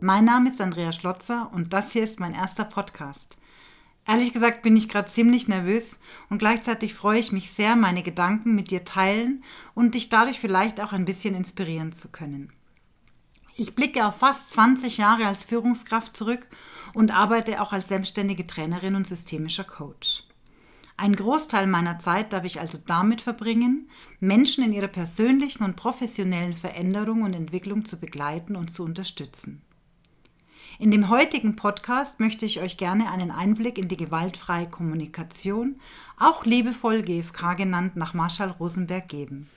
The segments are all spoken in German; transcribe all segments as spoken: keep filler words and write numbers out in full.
Mein Name ist Andrea Schlotzer und das hier ist mein erster Podcast. Ehrlich gesagt bin ich gerade ziemlich nervös und gleichzeitig freue ich mich sehr, meine Gedanken mit dir teilen und dich dadurch vielleicht auch ein bisschen inspirieren zu können. Ich blicke auf fast zwanzig Jahre als Führungskraft zurück und arbeite auch als selbstständige Trainerin und systemischer Coach. Ein Großteil meiner Zeit darf ich also damit verbringen, Menschen in ihrer persönlichen und professionellen Veränderung und Entwicklung zu begleiten und zu unterstützen. In dem heutigen Podcast möchte ich euch gerne einen Einblick in die gewaltfreie Kommunikation, auch liebevoll G F K genannt, nach Marshall Rosenberg geben.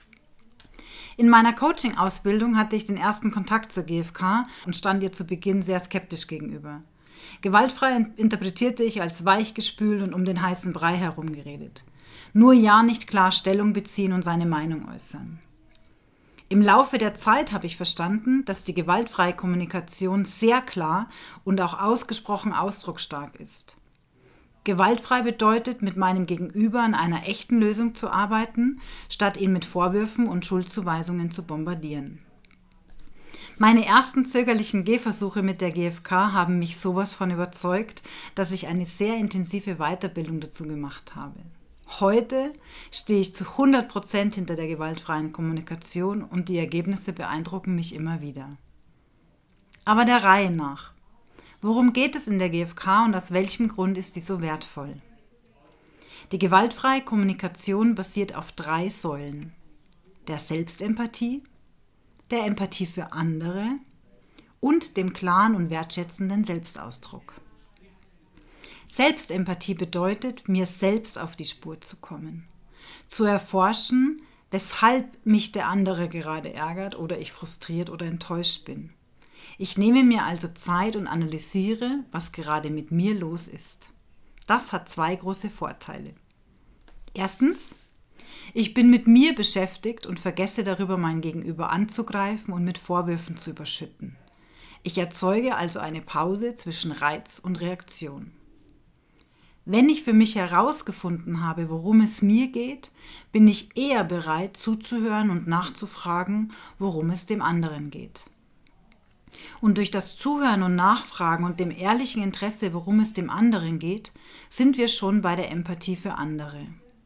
In meiner Coaching-Ausbildung hatte ich den ersten Kontakt zur G F K und stand ihr zu Beginn sehr skeptisch gegenüber. Gewaltfrei interpretierte ich als weichgespült und um den heißen Brei herumgeredet. Nur ja nicht klar Stellung beziehen und seine Meinung äußern. Im Laufe der Zeit habe ich verstanden, dass die gewaltfreie Kommunikation sehr klar und auch ausgesprochen ausdrucksstark ist. Gewaltfrei bedeutet, mit meinem Gegenüber an einer echten Lösung zu arbeiten, statt ihn mit Vorwürfen und Schuldzuweisungen zu bombardieren. Meine ersten zögerlichen Gehversuche mit der G F K haben mich sowas von überzeugt, dass ich eine sehr intensive Weiterbildung dazu gemacht habe. Heute stehe ich zu hundert Prozent hinter der gewaltfreien Kommunikation und die Ergebnisse beeindrucken mich immer wieder. Aber der Reihe nach. Worum geht es in der G F K und aus welchem Grund ist die so wertvoll? Die gewaltfreie Kommunikation basiert auf drei Säulen: der Selbstempathie, der Empathie für andere und dem klaren und wertschätzenden Selbstausdruck. Selbstempathie bedeutet, mir selbst auf die Spur zu kommen, zu erforschen, weshalb mich der andere gerade ärgert oder ich frustriert oder enttäuscht bin. Ich nehme mir also Zeit und analysiere, was gerade mit mir los ist. Das hat zwei große Vorteile. Erstens, ich bin mit mir beschäftigt und vergesse darüber, mein Gegenüber anzugreifen und mit Vorwürfen zu überschütten. Ich erzeuge also eine Pause zwischen Reiz und Reaktion. Wenn ich für mich herausgefunden habe, worum es mir geht, bin ich eher bereit, zuzuhören und nachzufragen, worum es dem anderen geht. Und durch das Zuhören und Nachfragen und dem ehrlichen Interesse, worum es dem anderen geht, sind wir schon bei der Empathie für andere.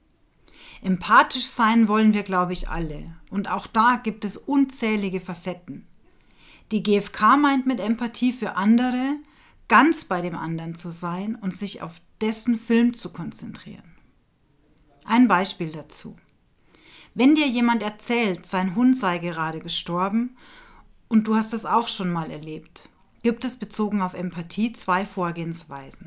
Empathisch sein wollen wir, glaube ich, alle. Und auch da gibt es unzählige Facetten. Die G F K meint mit Empathie für andere, ganz bei dem anderen zu sein und sich auf dessen Film zu konzentrieren. Ein Beispiel dazu. Wenn dir jemand erzählt, sein Hund sei gerade gestorben und du hast das auch schon mal erlebt, gibt es bezogen auf Empathie zwei Vorgehensweisen.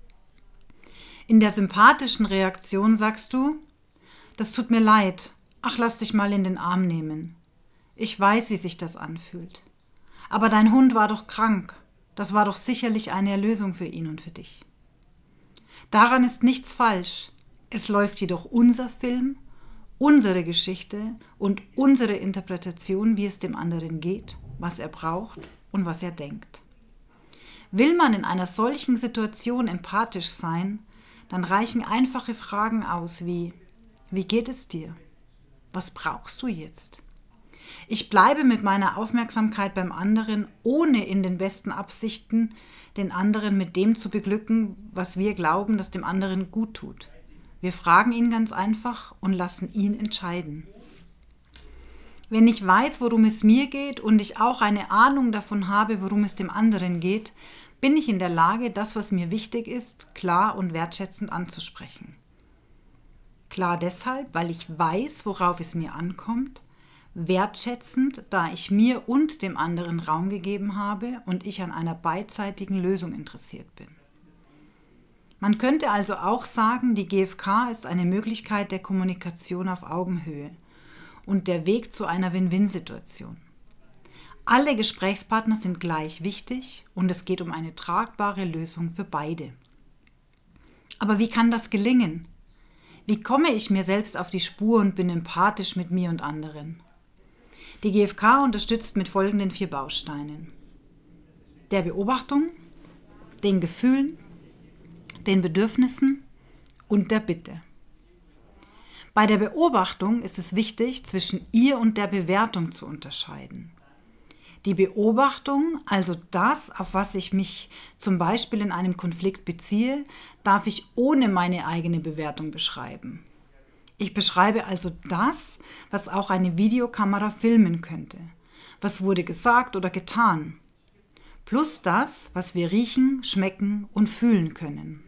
In der sympathischen Reaktion sagst du: Das tut mir leid. Ach, lass dich mal in den Arm nehmen. Ich weiß, wie sich das anfühlt. Aber dein Hund war doch krank. Das war doch sicherlich eine Erlösung für ihn und für dich. Daran ist nichts falsch. Es läuft jedoch unser Film, unsere Geschichte und unsere Interpretation, wie es dem anderen geht, was er braucht und was er denkt. Will man in einer solchen Situation empathisch sein, dann reichen einfache Fragen aus wie: Wie geht es dir? Was brauchst du jetzt? Ich bleibe mit meiner Aufmerksamkeit beim anderen, ohne in den besten Absichten den anderen mit dem zu beglücken, was wir glauben, dass dem anderen gut tut. Wir fragen ihn ganz einfach und lassen ihn entscheiden. Wenn ich weiß, worum es mir geht und ich auch eine Ahnung davon habe, worum es dem anderen geht, bin ich in der Lage, das, was mir wichtig ist, klar und wertschätzend anzusprechen. Klar deshalb, weil ich weiß, worauf es mir ankommt, wertschätzend, da ich mir und dem anderen Raum gegeben habe und ich an einer beidseitigen Lösung interessiert bin. Man könnte also auch sagen, die G F K ist eine Möglichkeit der Kommunikation auf Augenhöhe und der Weg zu einer Win-Win-Situation. Alle Gesprächspartner sind gleich wichtig und es geht um eine tragbare Lösung für beide. Aber wie kann das gelingen? Wie komme ich mir selbst auf die Spur und bin empathisch mit mir und anderen? Die G F K unterstützt mit folgenden vier Bausteinen: der Beobachtung, den Gefühlen, den Bedürfnissen und der Bitte. Bei der Beobachtung ist es wichtig, zwischen ihr und der Bewertung zu unterscheiden. Die Beobachtung, also das, auf was ich mich zum Beispiel in einem Konflikt beziehe, darf ich ohne meine eigene Bewertung beschreiben. Ich beschreibe also das, was auch eine Videokamera filmen könnte. Was wurde gesagt oder getan? Plus das, was wir riechen, schmecken und fühlen können.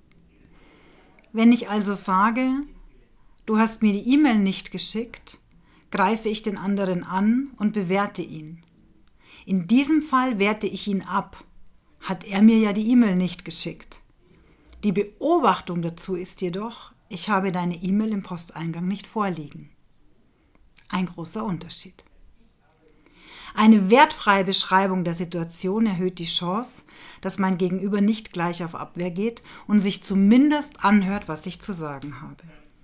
Wenn ich also sage, du hast mir die E-Mail nicht geschickt, greife ich den anderen an und bewerte ihn. In diesem Fall werte ich ihn ab. Hat er mir ja die E-Mail nicht geschickt. Die Beobachtung dazu ist jedoch, ich habe deine E-Mail im Posteingang nicht vorliegen. Ein großer Unterschied. Eine wertfreie Beschreibung der Situation erhöht die Chance, dass mein Gegenüber nicht gleich auf Abwehr geht und sich zumindest anhört, was ich zu sagen habe.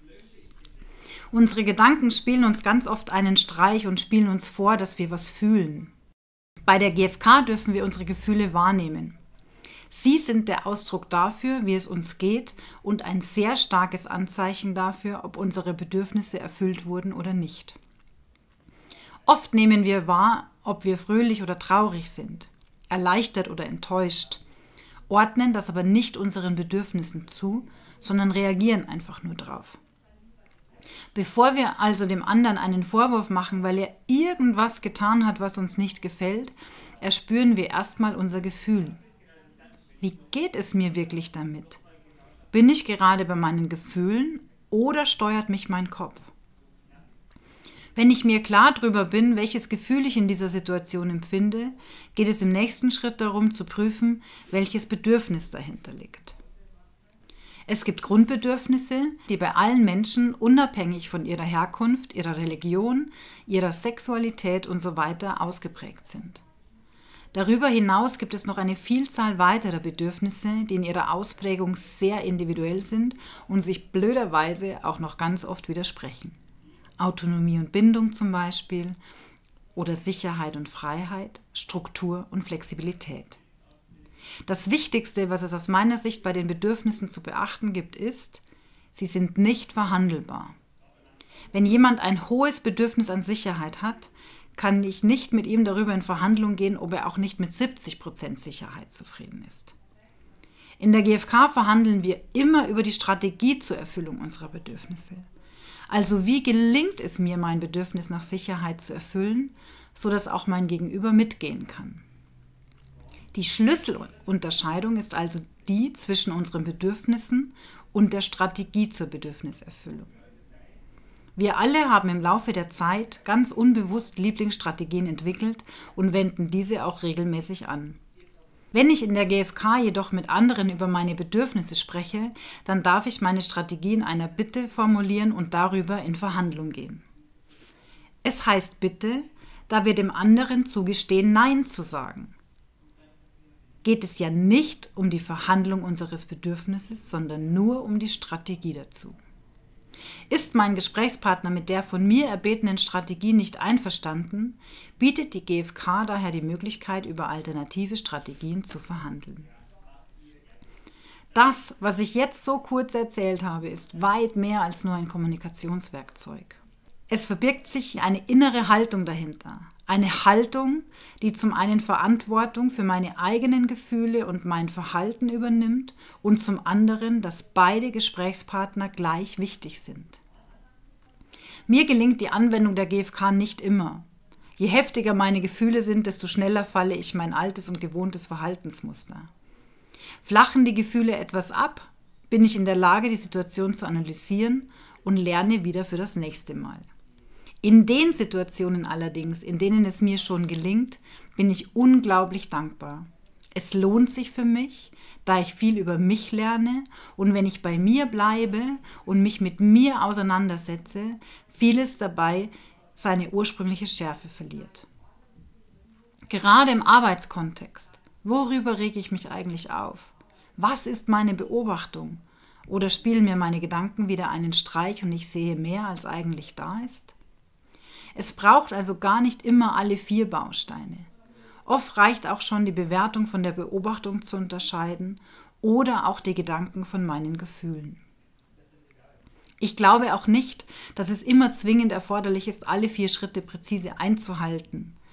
Unsere Gedanken spielen uns ganz oft einen Streich und spielen uns vor, dass wir was fühlen. Bei der G F K dürfen wir unsere Gefühle wahrnehmen. Sie sind der Ausdruck dafür, wie es uns geht und ein sehr starkes Anzeichen dafür, ob unsere Bedürfnisse erfüllt wurden oder nicht. Oft nehmen wir wahr, ob wir fröhlich oder traurig sind, erleichtert oder enttäuscht, ordnen das aber nicht unseren Bedürfnissen zu, sondern reagieren einfach nur drauf. Bevor wir also dem anderen einen Vorwurf machen, weil er irgendwas getan hat, was uns nicht gefällt, erspüren wir erstmal unser Gefühl. Wie geht es mir wirklich damit? Bin ich gerade bei meinen Gefühlen oder steuert mich mein Kopf? Wenn ich mir klar darüber bin, welches Gefühl ich in dieser Situation empfinde, geht es im nächsten Schritt darum zu prüfen, welches Bedürfnis dahinter liegt. Es gibt Grundbedürfnisse, die bei allen Menschen unabhängig von ihrer Herkunft, ihrer Religion, ihrer Sexualität und so weiter ausgeprägt sind. Darüber hinaus gibt es noch eine Vielzahl weiterer Bedürfnisse, die in ihrer Ausprägung sehr individuell sind und sich blöderweise auch noch ganz oft widersprechen. Autonomie und Bindung zum Beispiel oder Sicherheit und Freiheit, Struktur und Flexibilität. Das Wichtigste, was es aus meiner Sicht bei den Bedürfnissen zu beachten gibt, ist, sie sind nicht verhandelbar. Wenn jemand ein hohes Bedürfnis an Sicherheit hat, kann ich nicht mit ihm darüber in Verhandlung gehen, ob er auch nicht mit siebzig Prozent Sicherheit zufrieden ist. In der G F K verhandeln wir immer über die Strategie zur Erfüllung unserer Bedürfnisse. Also wie gelingt es mir, mein Bedürfnis nach Sicherheit zu erfüllen, sodass auch mein Gegenüber mitgehen kann. Die Schlüsselunterscheidung ist also die zwischen unseren Bedürfnissen und der Strategie zur Bedürfniserfüllung. Wir alle haben im Laufe der Zeit ganz unbewusst Lieblingsstrategien entwickelt und wenden diese auch regelmäßig an. Wenn ich in der G F K jedoch mit anderen über meine Bedürfnisse spreche, dann darf ich meine Strategie in einer Bitte formulieren und darüber in Verhandlung gehen. Es heißt Bitte, da wir dem anderen zugestehen, Nein zu sagen. Geht es ja nicht um die Verhandlung unseres Bedürfnisses, sondern nur um die Strategie dazu. Ist mein Gesprächspartner mit der von mir erbetenen Strategie nicht einverstanden, bietet die G F K daher die Möglichkeit, über alternative Strategien zu verhandeln. Das, was ich jetzt so kurz erzählt habe, ist weit mehr als nur ein Kommunikationswerkzeug. Es verbirgt sich eine innere Haltung dahinter. Eine Haltung, die zum einen Verantwortung für meine eigenen Gefühle und mein Verhalten übernimmt und zum anderen, dass beide Gesprächspartner gleich wichtig sind. Mir gelingt die Anwendung der G F K nicht immer. Je heftiger meine Gefühle sind, desto schneller falle ich mein altes und gewohntes Verhaltensmuster. Flachen die Gefühle etwas ab, bin ich in der Lage, die Situation zu analysieren und lerne wieder für das nächste Mal. In den Situationen allerdings, in denen es mir schon gelingt, bin ich unglaublich dankbar. Es lohnt sich für mich, da ich viel über mich lerne und wenn ich bei mir bleibe und mich mit mir auseinandersetze, vieles dabei seine ursprüngliche Schärfe verliert. Gerade im Arbeitskontext, worüber rege ich mich eigentlich auf? Was ist meine Beobachtung? Oder spielen mir meine Gedanken wieder einen Streich und ich sehe mehr, als eigentlich da ist? Es braucht also gar nicht immer alle vier Bausteine. Oft reicht auch schon die Bewertung von der Beobachtung zu unterscheiden oder auch die Gedanken von meinen Gefühlen. Ich glaube auch nicht, dass es immer zwingend erforderlich ist, alle vier Schritte präzise einzuhalten.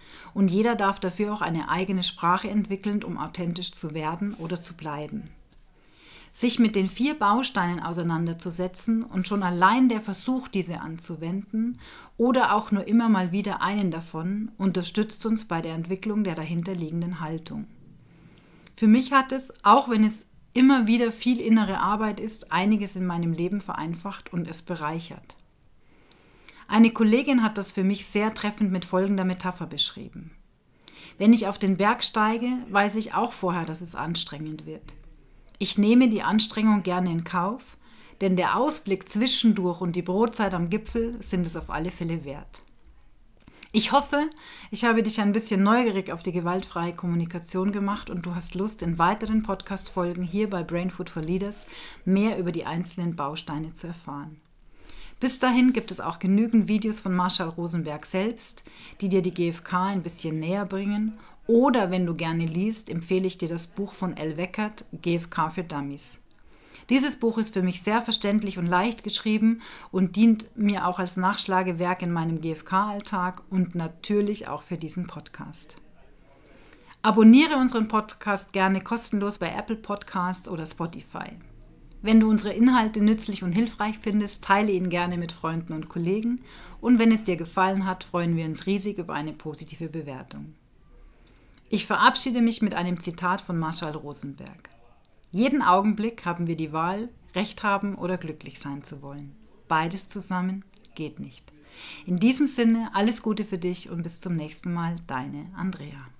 Und jeder darf dafür auch eine eigene Sprache entwickeln, um authentisch zu werden oder zu bleiben. Sich mit den vier Bausteinen auseinanderzusetzen und schon allein der Versuch, diese anzuwenden oder auch nur immer mal wieder einen davon, unterstützt uns bei der Entwicklung der dahinterliegenden Haltung. Für mich hat es, auch wenn es immer wieder viel innere Arbeit ist, einiges in meinem Leben vereinfacht und es bereichert. Eine Kollegin hat das für mich sehr treffend mit folgender Metapher beschrieben. Wenn ich auf den Berg steige, weiß ich auch vorher, dass es anstrengend wird. Ich nehme die Anstrengung gerne in Kauf, denn der Ausblick zwischendurch und die Brotzeit am Gipfel sind es auf alle Fälle wert. Ich hoffe, ich habe dich ein bisschen neugierig auf die gewaltfreie Kommunikation gemacht und du hast Lust, in weiteren Podcast-Folgen hier bei Brain Food for Leaders mehr über die einzelnen Bausteine zu erfahren. Bis dahin gibt es auch genügend Videos von Marshall Rosenberg selbst, die dir die G F K ein bisschen näher bringen. Oder wenn du gerne liest, empfehle ich dir das Buch von Elle Weckert, G F K für Dummies. Dieses Buch ist für mich sehr verständlich und leicht geschrieben und dient mir auch als Nachschlagewerk in meinem G F K-Alltag und natürlich auch für diesen Podcast. Abonniere unseren Podcast gerne kostenlos bei Apple Podcasts oder Spotify. Wenn du unsere Inhalte nützlich und hilfreich findest, teile ihn gerne mit Freunden und Kollegen und wenn es dir gefallen hat, freuen wir uns riesig über eine positive Bewertung. Ich verabschiede mich mit einem Zitat von Marshall Rosenberg. Jeden Augenblick haben wir die Wahl, Recht haben oder glücklich sein zu wollen. Beides zusammen geht nicht. In diesem Sinne, alles Gute für dich und bis zum nächsten Mal, deine Andrea.